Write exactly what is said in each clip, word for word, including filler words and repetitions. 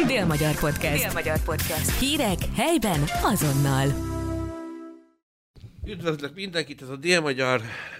Dél-Magyar Podcast. Dél-Magyar Podcast. Hírek helyben azonnal. Üdvözlök mindenkit, ez a Dél-Magyar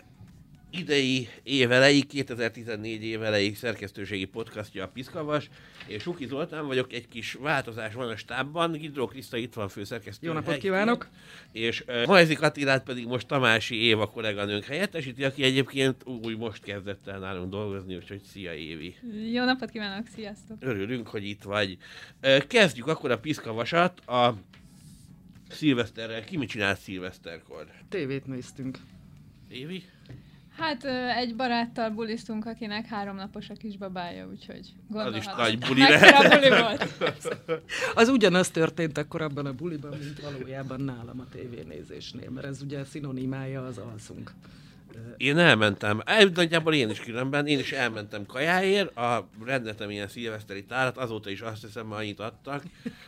idei évelei, kétezer-tizennégy évelei szerkesztőségi podcastja a Piszkavas. Én Suki Zoltán vagyok, egy kis változás van a stábban, Gidró Kriszta itt van főszerkesztő. Jó napot kívánok! És uh, Majzik Attilát pedig most Tamási Éva kolléganőnk helyettesíti, aki egyébként úgy most kezdett el nálunk dolgozni, úgyhogy szia Évi! Jó napot kívánok, sziasztok! Örülünk, hogy itt vagy. Uh, kezdjük akkor a Piszkavasat a szilveszterrel. Ki mit csinált szilveszterkor? Tévét néztünk. Évi? Hát egy baráttal buliztunk, akinek három napos a kisbabája, úgyhogy gondolhatom. Az is nagy buli Mekkora buli volt. Az ugyanaz történt akkor abban a buliban, mint valójában nálam a tévénézésnél, mert ez ugye szinonimája az alszunk. Én elmentem, el, nagyjából én is különben, én is elmentem kajáért, a rendetem ilyen szilveszteri tárat, azóta is azt hiszem, annyit adtak.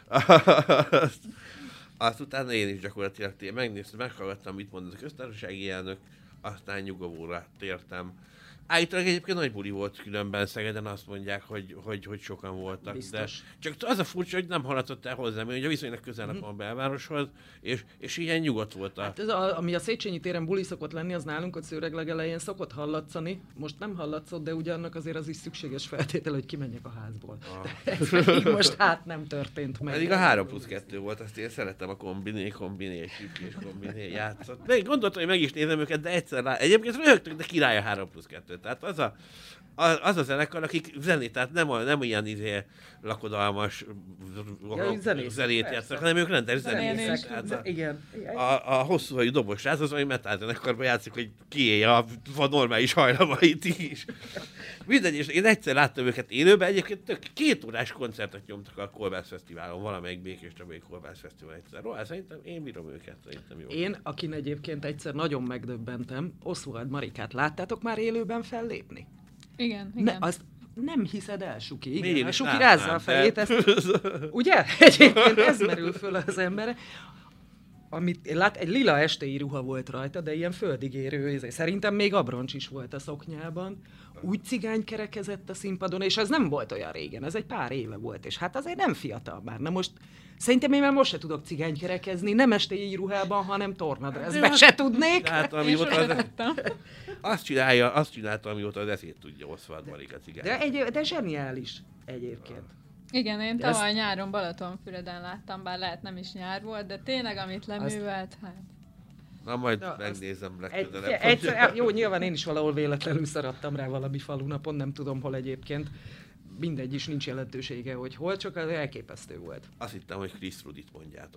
azt, azt utána én is gyakorlatilag megnéztem, meghallgattam, mit mondott a köztársasági elnök, aztán nyugovóra tértem. Állítólag egyébként nagy buli volt különben Szegeden, azt mondják, hogy, hogy, hogy sokan voltak. Biztos. De csak az a furcsa, hogy nem haladott el hozzám, hogy ugye viszonylag közel van a belvároshoz, és, és ilyen nyugodt volt a... Hát ez a, ami a Széchenyi téren buli szokott lenni, az nálunk a szőreg legelején szokott hallatszani. Most nem hallatszott, de ugyannak azért az is szükséges feltétel, hogy kimenjek a házból. Ah. De most hát nem történt meg. Pedig a három plusz kettő volt, azt én szeretem a kombiné, kombiné, és kombiné játszott. Még gondoltam, hogy meg is nézem őket, de egyszer lá... Egyébként röhögtünk, de király a három plusz kettő. Tehát az a, az, az a zenekar, akik zenét, tehát nem, a, nem ilyen izé lakodalmas ja, zenét, zenét játszanak, hanem ők rendes zenészek. A, igen. A, a hosszú hajú dobos az, az, ami metal zenekarban játszik, hogy kiélje a, a normális hajlamait is. Mindegy, és én egyszer láttam őket élőben, egyébként tök két órás koncertet nyomtak a Kolbász Fesztiválon, valamelyik Békés Csabai Kolbász Fesztiválon egyszer. Róla, szerintem én bírom őket, szerintem jó. Én, akin egyébként egyszer nagyon megdöbbentem, Oswald Marikát láttátok már élőben fellépni? Igen, igen. Ne, azt nem hiszed el, Suki. Igen, Én a Suki látnám, rázza a fejét. de... Ezt, ugye? Egyébként ez merül föl az embere. Amit lát, egy lila estéi ruha volt rajta, de ilyen földigérő. Szerintem még abroncs is volt a szoknyában. Úgy cigánykerekezett a színpadon, és ez nem volt olyan régen, ez egy pár éve volt, és hát azért nem fiatal már. Na most, szerintem én már most se tudok cigánykerekezni, nem estéi ruhában, hanem tornadreszbe se tudnék. Hát, amióta az... azt, csinálja, azt csinálta, amióta az eszét tudja Oswald Marika cigány. De, egy, de zseniális egyébként. Igen, én de tavaly ezt... nyáron Balatonfüreden láttam, bár lehet nem is nyár volt, de tényleg, amit leművelt, azt... hát... Na, majd Na, megnézem legközelebb. Egy, egyszer, jó, nyilván én is valahol véletlenül szaradtam rá valami falunapon, nem tudom hol egyébként. Mindegy is, nincs jelentősége, hogy hol, csak az elképesztő volt. Azt hittem, hogy Chris Rudit mondjátok.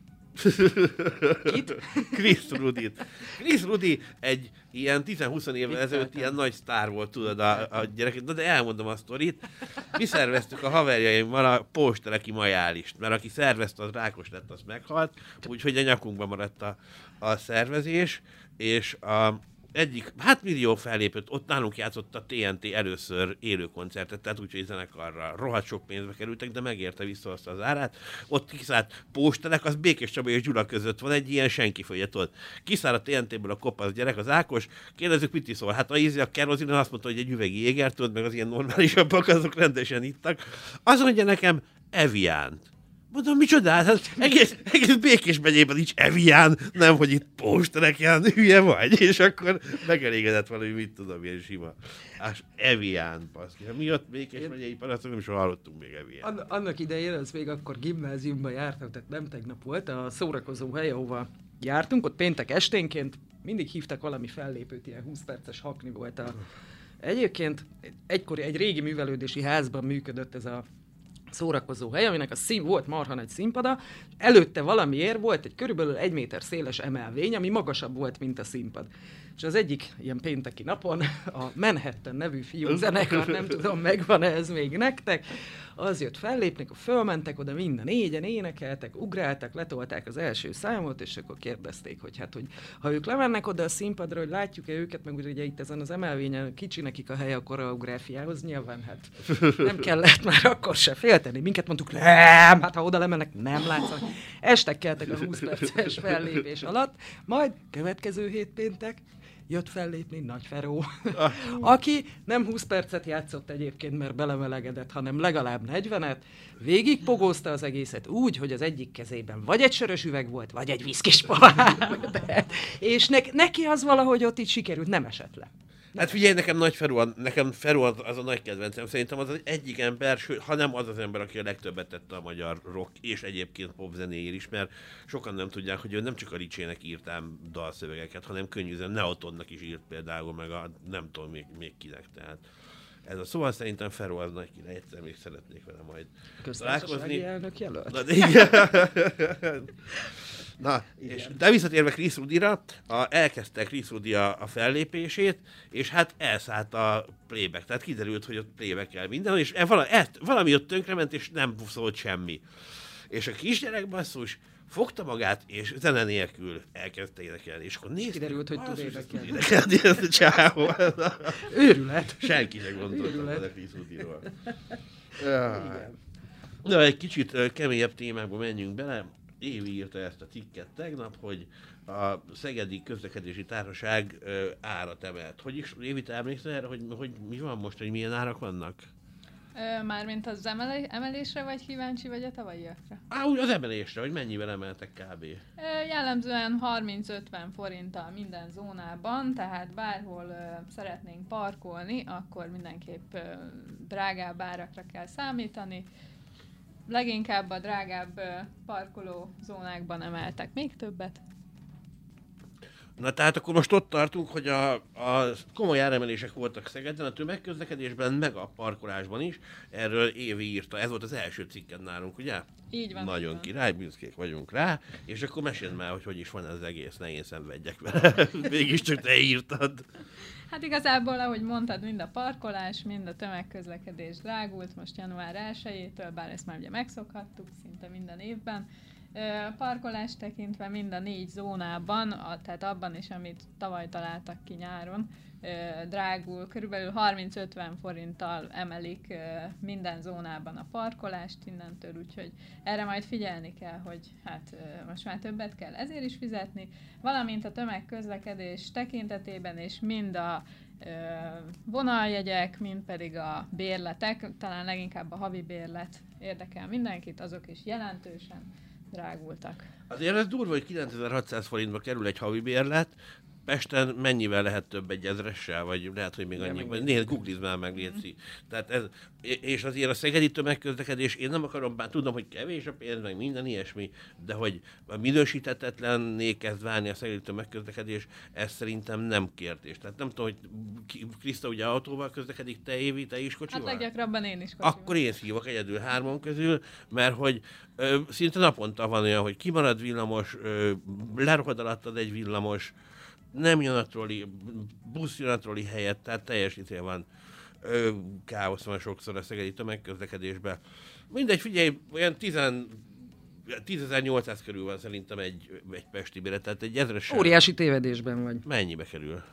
Kit? Chris Rudit. Chris Rudi egy ilyen tíz-húsz évvel ezelőtt ilyen nagy sztár volt, tudod, a, a gyerek. Na, de elmondom a sztorit. Mi szerveztük a haverjaimmal a Pósteleki majálist, mert aki szervezte, az rákos lett, az meghalt, úgyhogy a nyakunkban maradt a, a szervezés, és a egyik, hát millió fellépőt, ott nálunk játszott a té en té először élő koncertet, tehát úgyhogy zenekarra rohadt sok pénzbe kerültek, de megérte, visszahozta az árát. Ott kiszállt Póstelek, az Békés Csaba és Gyula között van egy ilyen senki földje, ott. Kiszáll a té en té-ből a kopasz gyerek, az Ákos, kérdezzük, mit iszol? Hát a ízi, a kerozin, azt mondta, hogy egy üvegi jégert, tudod, meg az ilyen normálisabbak, azok rendesen ittak. Azt mondja nekem, Eviánt. Mondom, micsodát? Hát egész, egész Békés megyében nincs Evián, nem, hogy itt Póstelekján hülye vagy, és akkor megelégedett valami, mit tudom, ilyen sima. Ás Evián, baszki. Ha mi ott Békés megyei panaszok, nem is hallottunk még Evián. An- annak idején, az még akkor gimnáziumban jártam, tehát nem tegnap volt, a szórakozó hely, ahova jártunk, ott péntek esténként mindig hívtak valami fellépőt, ilyen húsz perces hakni volt a... Egyébként egykor egy régi művelődési házban működött ez a szórakozó hely, aminek a szín, volt marha nagy színpada, előtte valamiért volt egy körülbelül egy méter széles emelvény, ami magasabb volt, mint a színpad. És az egyik ilyen pénteki napon a Manhattan nevű fiú zenekar, nem tudom, megvan-e ez még nektek, az jött fellépni, akkor fölmentek oda, minden négyen énekeltek, ugráltak, letolták az első számot, és akkor kérdezték, hogy hát, hogy ha ők lemennek oda a színpadra, hogy látjuk-e őket, meg ugye itt ezen az emelvényen kicsi nekik a hely a koreográfiához, nyilván hát nem kellett már akkor se félteni. Minket mondtuk, nem, hát ha oda lemennek, nem látszanak. Estek keltek a húsz perces fellépés alatt, majd következő hét péntek, jött fellépni Nagy Feró, aki nem húsz percet játszott egyébként, mert belemelegedett, hanem legalább negyvenet, végigpogózta az egészet úgy, hogy az egyik kezében vagy egy sörös üveg volt, vagy egy viszkis pohár. És ne, neki az valahogy ott így sikerült, nem esett le. Hát figyelj, nekem Nagy Feró, nekem Feró az, az a nagy kedvencem. Szerintem az az egyik ember, sőt, ha nem az az ember, aki a legtöbbet tette a magyar rock, és egyébként popzenéért is, mert sokan nem tudják, hogy ő nem csak a Ricsének írtám dalszövegeket, hanem könnyűzen Neotonnak is írt például, meg a nem tudom még, még kinek. Tehát ez a szóval szerintem Feró az nagy király, egyszer még szeretnék vele majd Köztársasági elnök jelölt. Na, de igen. Na, és, de visszatérve Chris Rudira, a, elkezdte Chris Rudi a, a fellépését, és hát elszállt a playback, tehát kiderült, hogy ott playback-el minden, és e, vala, e, valami ott tönkrement, és nem szólt semmi. És a kisgyerek basszus fogta magát, és zene nélkül elkezdte énekelni, és akkor nézd, kiderült, hogy tud énekelni. énekelni. Ez a csávó. Őrület. Senki sem gondoltam a Chris Rudiról. Na, egy kicsit uh, keményebb témákba menjünk bele. Évi írta ezt a cikket tegnap, hogy a Szegedi Közlekedési Társaság uh, árat emelt. Hogy is, Évi, te emlékszel erre, hogy, hogy mi van most, hogy milyen árak vannak? Ö, mármint az emelé- emelésre vagy kíváncsi, vagy a tavalyiakra? Á, úgy az emelésre, hogy mennyivel emeltek kb. Ö, jellemzően harminc-ötven forinttal minden zónában, tehát bárhol ö, szeretnénk parkolni, akkor mindenképp ö, drágább árakra kell számítani. Leginkább a drágább ö, parkoló zónákban emeltek még többet. Na tehát akkor most ott tartunk, hogy a, a komoly áremelések voltak Szegeden, a tömegközlekedésben, meg a parkolásban is. Erről Évi írta, ez volt az első cikken nálunk, ugye? Így van. Nagyon van. király, büszkék vagyunk rá, és akkor meséld már, hogy hogy is van ez az egész, ne én szenvedjek vele. Mégiscsak te írtad. Hát igazából, ahogy mondtad, mind a parkolás, mind a tömegközlekedés drágult most január elsejétől, bár ezt már ugye megszokhattuk szinte minden évben. Parkolás tekintve mind a négy zónában, a, tehát abban is, amit tavaly találtak ki nyáron, drágul, körülbelül harminc-ötven forinttal emelik minden zónában a parkolást innentől, úgyhogy erre majd figyelni kell, hogy hát most már többet kell ezért is fizetni, valamint a tömegközlekedés tekintetében, és mind a vonaljegyek, mind pedig a bérletek, talán leginkább a havi bérlet érdekel mindenkit, azok is jelentősen drágultak. Azért ez durva, hogy kilencezer-hatszáz forintba kerül egy havi bérlet. Pesten mennyivel lehet több, egy ezressel, vagy lehet, hogy még annyi. Nézd, googlizd már meg, létszik. Tehát ez, és azért a szegedi tömegközlekedés, én nem akarom, bár tudom, hogy kevés a pénz, meg minden ilyesmi, de hogy minősíthetetlenné kezd válni a szegedi tömegközlekedés, ez szerintem nem kérdés. Tehát nem tudom, hogy Kriszta ugye autóval közlekedik, te Évi, te is kocsival? Hát leggyakrabban én is kocsival. Akkor én szívok egyedül hárman közül, mert hogy ö, szinte naponta van olyan, hogy kimarad villamos, ö, lerohad alattad egy villamos, nem jön a troli, busz jön a troli helyett, tehát teljes ítél van. Ö, káosz van sokszor a szegedi tömegközlekedésben. Mindegy, figyelj, olyan tízezer-nyolcszáz körül van szerintem egy, egy pesti béret, tehát egy ezres. Óriási tévedésben vagy. Mennyibe kerül?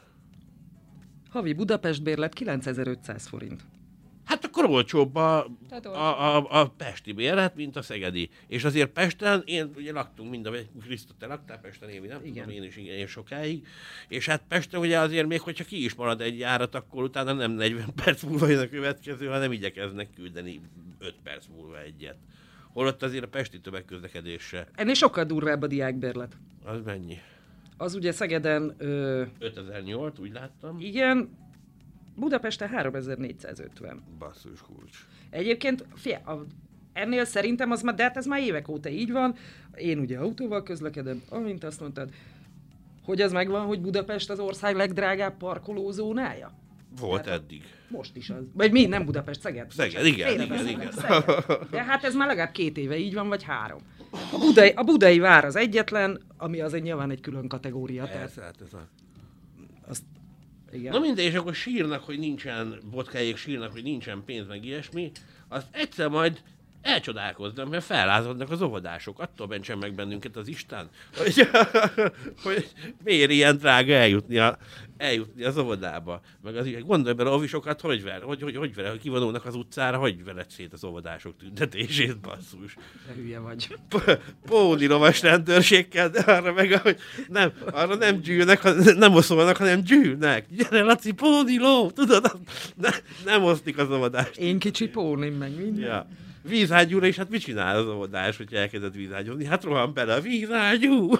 Havi Budapest bérlet kilencezer-ötszáz forint. Hát akkor olcsóbb a, Tehát a, a, a pesti bérlet, mint a szegedi. És azért Pesten, én ugye laktunk mind a Kriszta, te laktál Pesten, Évi, nem igen. tudom, én is igen, sokáig. És hát Pesten ugye azért még, hogyha ki is marad egy járat, akkor utána nem negyven perc múlva jön a következő, hanem igyekeznek küldeni öt perc múlva egyet. Holott azért a pesti tömegközlekedésre. Ennél sokkal durvább a diákbérlet. Az mennyi? Az ugye Szegeden... Ö, ötezer-nyolc, úgy láttam. igen, Budapesten háromezer-négyszázötven. Basszus kulcs. Egyébként, fie, a, ennél szerintem az már, de hát ez már évek óta így van. Én ugye autóval közlekedem, amint azt mondtad, hogy ez megvan, hogy Budapest az ország legdrágább parkolózónája? Volt hát, eddig. Most is az. Vagy mi? Nem Budapest, Szeged. Szeged, igen, igen, igen. Szeged. De hát ez már legalább két éve így van, vagy három. A budai, a budai vár az egyetlen, ami azért nyilván egy külön kategória. Persze, Tehát hát ez a... azt, igen. Na mindegy, és akkor sírnak, hogy nincsen vodkájék, sírnak, hogy nincsen pénz, meg ilyesmi. Azt egyszer majd elcsodálkoznak, mert fellázadnak az óvodások. Attól mentsen meg bennünket az Isten, hogy, hogy miért ilyen drága eljutni, a, eljutni az óvodába. Meg az, gondolj bele, óvisokat, hogy ver, hogy, hogy, hogy vele, hogy kivonulnak az utcára, hogy veled szét az óvodások tüntetését, basszus. De hülye vagy. Póni lovas rendőrségkel, de arra meg, hogy nem, arra nem gyűlnek, nem oszolnak, hanem gyűlnek. Gyere, Laci, póni ló, tudod, ne, nem osztik az óvodást. Én kicsi pónim, meg minden. Ja. Vízágyúra, és hát mit csinál az óvodás, hogyha elkezdett vízágyúzni? Hát rohan bele a vízágyú!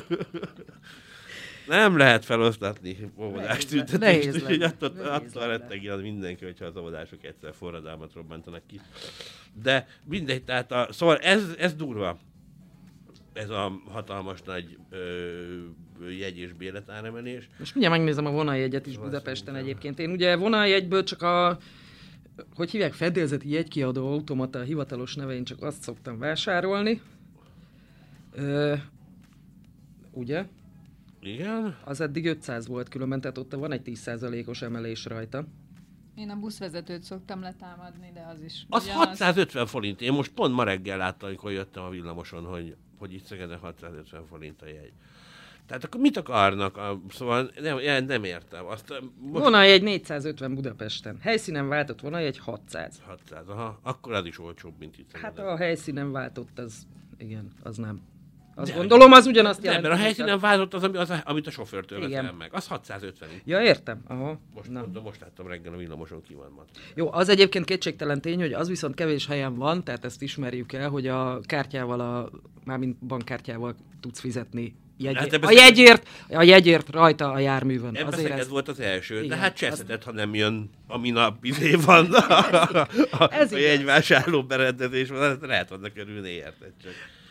Nem lehet felosztatni óvodást tüntetést, úgyhogy attól, attól rettegjen mindenki, hogyha az óvodások egyszer forradalmat robbantanak ki. De mindegy, tehát a, szóval ez, ez durva. Ez a hatalmas nagy ö, jegy- és béletáremelés. Most mindjárt megnézem a vonaljegyet is Budapesten egyébként. Én ugye vonaljegyből csak a hogy hívják, fedélzeti jegykiadó automata, a hivatalos neve, én csak azt szoktam vásárolni. Ö, ugye? Igen? Az eddig ötszáz volt különben, tehát ott van egy tíz százalékos emelés rajta. Én a buszvezetőt szoktam letámadni, de az is... Az ugyanaz. hatszázötven forint. Én most pont ma reggel láttam, amikor jöttem a villamoson, hogy, hogy itt Szegeden hatszázötven forint a jegy. Tehát akkor mit akarnak? A, szóval nem, nem értem. Azt, most... Vonaljegy négyszázötven Budapesten. Helyszínen váltott vonaljegy hatszáz. hatszáz, aha. Akkor az is olcsóbb, mint itt. Hát Szegeden. a helyszínen váltott, az igen, az nem. Azt De, gondolom, az ugyanazt nem, jelenti. mert a helyszínen váltott az, ami, az, amit a sofőrtől Igen. veszel meg. Az hatszázötven. Ja, értem. Aha. Most, Na. mondom, most láttam reggel a villamoson ki van ma. Jó, az egyébként kétségtelen tény, hogy az viszont kevés helyen van, tehát ezt ismerjük el, hogy a kártyával, a, mármint bankkártyával tudsz fizetni. Jegy... Hát ebbe a, jegyért, a jegyért rajta a járművön. Ebben Azért ez ez... volt az első, Igen, de hát az- cseszedet, ha nem jön a minap izé van, a, a, Ez a igaz. jegyvásárló berendezés van, hát lehet vannak örülni, érted csak.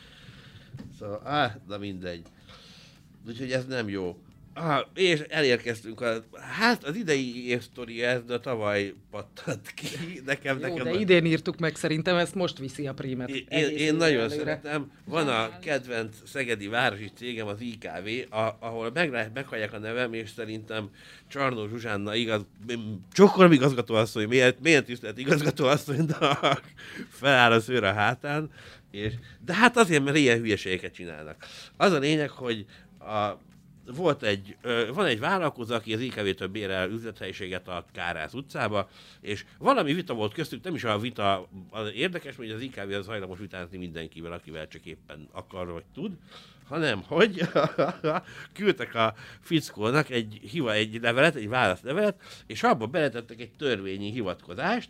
Szóval, áh, na mindegy. Úgyhogy ez nem jó. Ah, és elérkeztünk a... Hát az idei évsztori ez, de tavaly pattant ki. Nekem, Jó, nekem de a- idén írtuk meg, szerintem ezt most viszi a prímet. Én, én, Egész én évre nagyon előre. szeretem. Van a kedvenc szegedi városi cégem, az I K V, a, ahol meg lehet, meghallják a nevem, és szerintem Csarnó Zsuzsánna igaz, csokolom igazgatóasszony, miért, miért tisztelt igazgatóasszonynak feláll a szőr a hátán, és, de hát azért, mert ilyen hülyeségeket csinálnak. Az a lényeg, hogy a, volt egy, ö, van egy vállalkozó, aki az I K V-től bérel üzlethelyiséget a Kárász utcába, és valami vita volt köztük, nem is a vita az érdekes, hogy az I K V az hajlamos vitázni mindenkivel, akivel csak éppen akar vagy tud, hanem hogy küldtek a fickónak egy, hiva, egy levelet, egy válaszlevelet, és abba beletettek egy törvényi hivatkozást,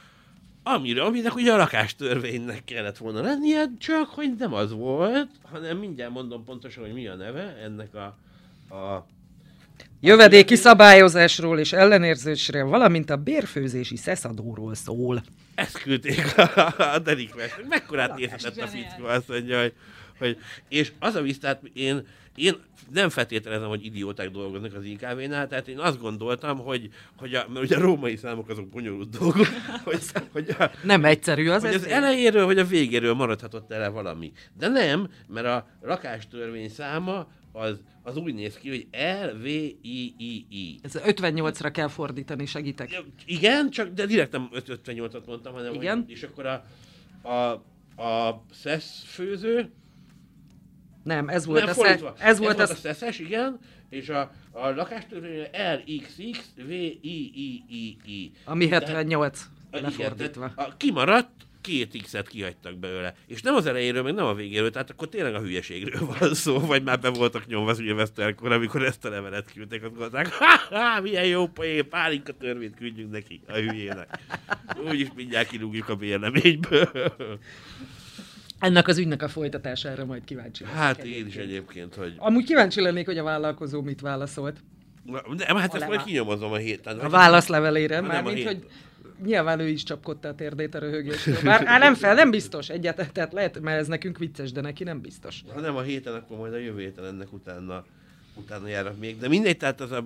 amire, aminek ugye a lakástörvénynek kellett volna lennie, csak hogy nem az volt, hanem mindjárt mondom pontosan, hogy mi a neve ennek a, a Jövedéki szabályozásról és ellenérzésről, valamint a bérfőzési szeszadóról szól. ezt küldték a, a delikvensnek. Mekkorát nézhetett a zseniális. fickó, azt mondja, hogy, hogy... És az a víz, tehát én, én nem feltételezem, hogy idióták dolgoznak az I K V-nál, tehát én azt gondoltam, hogy, hogy a, mert ugye a római számok azok bonyolult dolgok, hogy, hogy, a, Nem egyszerű az hogy az ez. elejéről vagy a végéről maradhatott el valami. De nem, mert a lakástörvény száma az, az úgy néz ki, hogy L V I I I. Ez ötvennyolcra kell fordítani, segítek. Ja, igen, csak de direkt nem ötvennyolcat mondtam, hanem Igen. Hogy, és akkor a, a, a szesz főző, Nem, ez volt nem, a fordítva, sze- ez volt a a szeszes, igen, és a, a lakástörvény L X X V I I I I. ami Tehát- hetvennyolc Igen, lefordítva. tehát a, kimaradt, két X-et kihagytak belőle. És nem az elejéről, meg nem a végéről, tehát akkor tényleg a hülyeségről van szó, vagy már be voltak nyomva szilveszterkor, amikor ezt a levelet küldtek, azt gondolták, ha milyen jó poén, pálinka törvényt küldjünk neki, a hülyének. Úgyis mindjárt kilúgjuk a bérleményből. Ennek az ügynek a folytatására majd kíváncsi leszek. Hát én is egyébként, hogy... Amúgy kíváncsi lennék, hogy a vállalkozó mit válaszolt De, hát ezt leva- majd kinyomozom a héten. a válaszlevelére, Ha nem a mármint, hét- hogy nyilván ő is csapkodta a térdét a röhögéstől. Bár á, nem fel, nem biztos egyáltalán, tehát lehet, mert ez nekünk vicces, de neki nem biztos. Ha nem a héten, akkor majd a jövő héten ennek utána, utána járok még. De mindegy, tehát az a...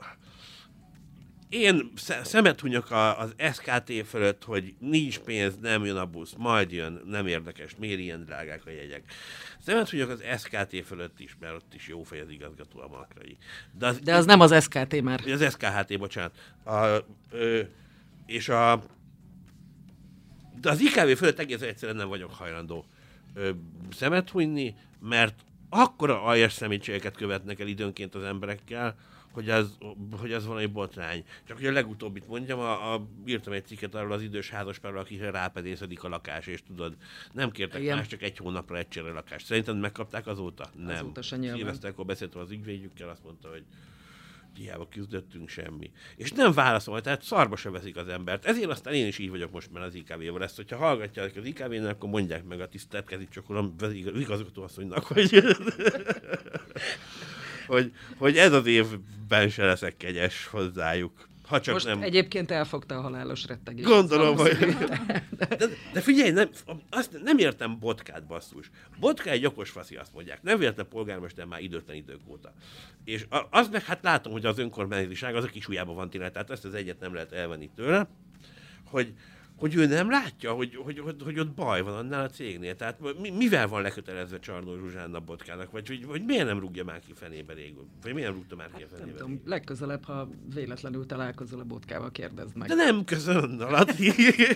Én sze- szemet hunyok a, az S K T fölött, hogy nincs pénz, nem jön a busz, majd jön, nem érdekes, miért ilyen drágák a jegyek. Szemet hunyok az S K T fölött is, mert ott is jó fej az igazgató a Makrai. De az, De az nem az S K T már. az S K H T, bocsánat. A, ö, és a De az i ká vé fölött egész egyszerűen nem vagyok hajlandó ö, szemet hunyni, mert akkora aljas szemétségeket követnek el időnként az emberekkel, hogy az, hogy az valami botrány. Csak hogy a legutóbbit mondjam, a, a, írtam egy cikket arról az idős házaspárról, akikre rápedészedik a lakás, és tudod, nem kértek Igen. más, csak egy hónapra egy cseré lakást. Szerinted megkapták azóta? Nem. Azóta se nyilván. Szilveszterkor beszéltem az ügyvédjükkel, azt mondta, hogy hiába küzdöttünk, semmi. És nem válaszol, tehát szarba se veszik az embert. Ezért aztán én is így vagyok most már az i ká vével. Ezt, hogyha hallgatják az i ká vénél, akkor mondják meg a tisztelt kezicsokolom igazgatóasszonynak, hogy, hogy, hogy ez az évben se leszek kegyes hozzájuk. Ha csak most nem... egyébként elfogta a halálos rettegést. Gondolom, hogy... De, de figyelj, nem, azt nem értem Botkát, basszus. Botka egy okos faszi, azt mondják. Nem véletlen polgármester már időtlen idők óta. És az meg hát látom, hogy az önkormányzatiság az a kis ujjában van tényleg, tehát ezt az egyet nem lehet elvenni tőle, hogy, hogy ő nem látja, hogy, hogy, hogy, hogy ott baj van annál a cégnél. Tehát mi, mivel van lekötelezve Csarnó Zsuzsánna Botkának, vagy hogy, hogy miért nem rúgja már ki fenébe régül? Vagy miért nem rúgta már ki a fenébe? Nem tudom, legközelebb, ha véletlenül találkozol a Botkával, kérdezd meg. De nem köszön, Lati.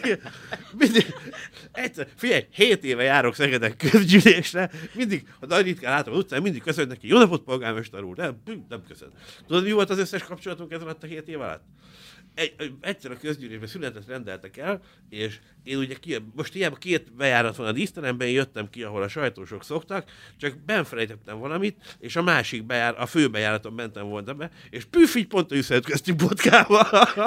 Egyszer, figyelj, hét éve járok Szegeden közgyűlésre, mindig, ha nagy ritkán látom az utcán, mindig köszön neki, jó napot, polgármester úr, nem, nem köszön. Tudod, mi volt az összes kapcsolatunk ez alatt a hét év alatt? Egy, egyszer a közgyűlésben szünetet rendeltek el, és én ugye ki, most hiába két bejárat van a díszteremben, én jöttem ki, ahol a sajtósok szoktak, csak benfelejtettem valamit, és a másik bejár, a fő bejáraton mentem volna be, és püf, így pont a üszönetköztünk Botkával.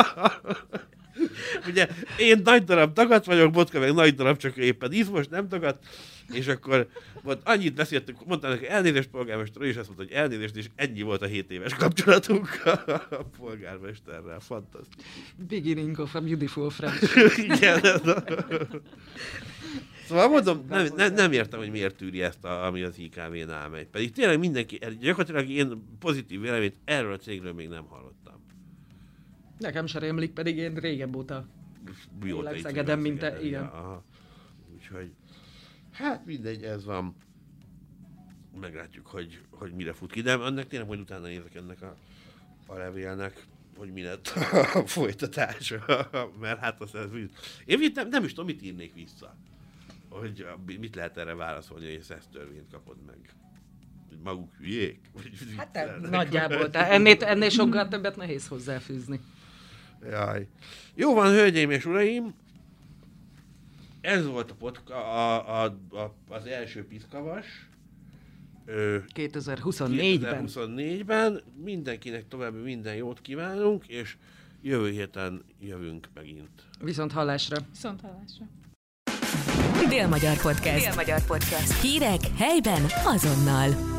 Ugye én nagy darab dagat vagyok, Botka meg nagy darab, csak éppen izmos, nem dagat, és akkor volt, annyit beszéltünk, mondtam neki, elnézést polgármester, és azt mondta, hogy elnézést, és ennyi volt a hét éves kapcsolatunk a polgármesterrel. Fantasztikus. Beginning of a beautiful friendship. Igen. Szóval mondom, nem, nem, nem értem, hogy miért tűri ezt, a, ami az i ká vén megy. Pedig tényleg mindenki, gyakorlatilag én pozitív véleményt erről a cégről még nem hallottam. Nekem se rémlik, pedig én régebb óta élek Szegeden, mint te. Igen. Aha. Úgyhogy, hát mindegy, ez van. Meglátjuk, hogy, hogy mire fut ki. De annak tényleg majd utána nézek ennek a, a levélnek, hogy mi lett a folytatása. Mert hát az ez... Én nem, nem is tudom, mit írnék vissza. Hogy mit lehet erre válaszolni, hogy ezt törvényt kapod meg. Maguk hülyék? Hát te, nagyjából. Te ennél, ennél sokkal többet nehéz hozzáfűzni. Jaj. Jó van, hölgyeim és uraim! Ez volt a podca, a, a, a, az első piszkavas. kétezer-huszonnégyben. kétezer-huszonnégyben. Mindenkinek további minden jót kívánunk, és jövő héten jövünk megint. Viszont hallásra. Viszont hallásra. Dél-Magyar Podcast. Dél-Magyar Podcast. Hírek helyben azonnal.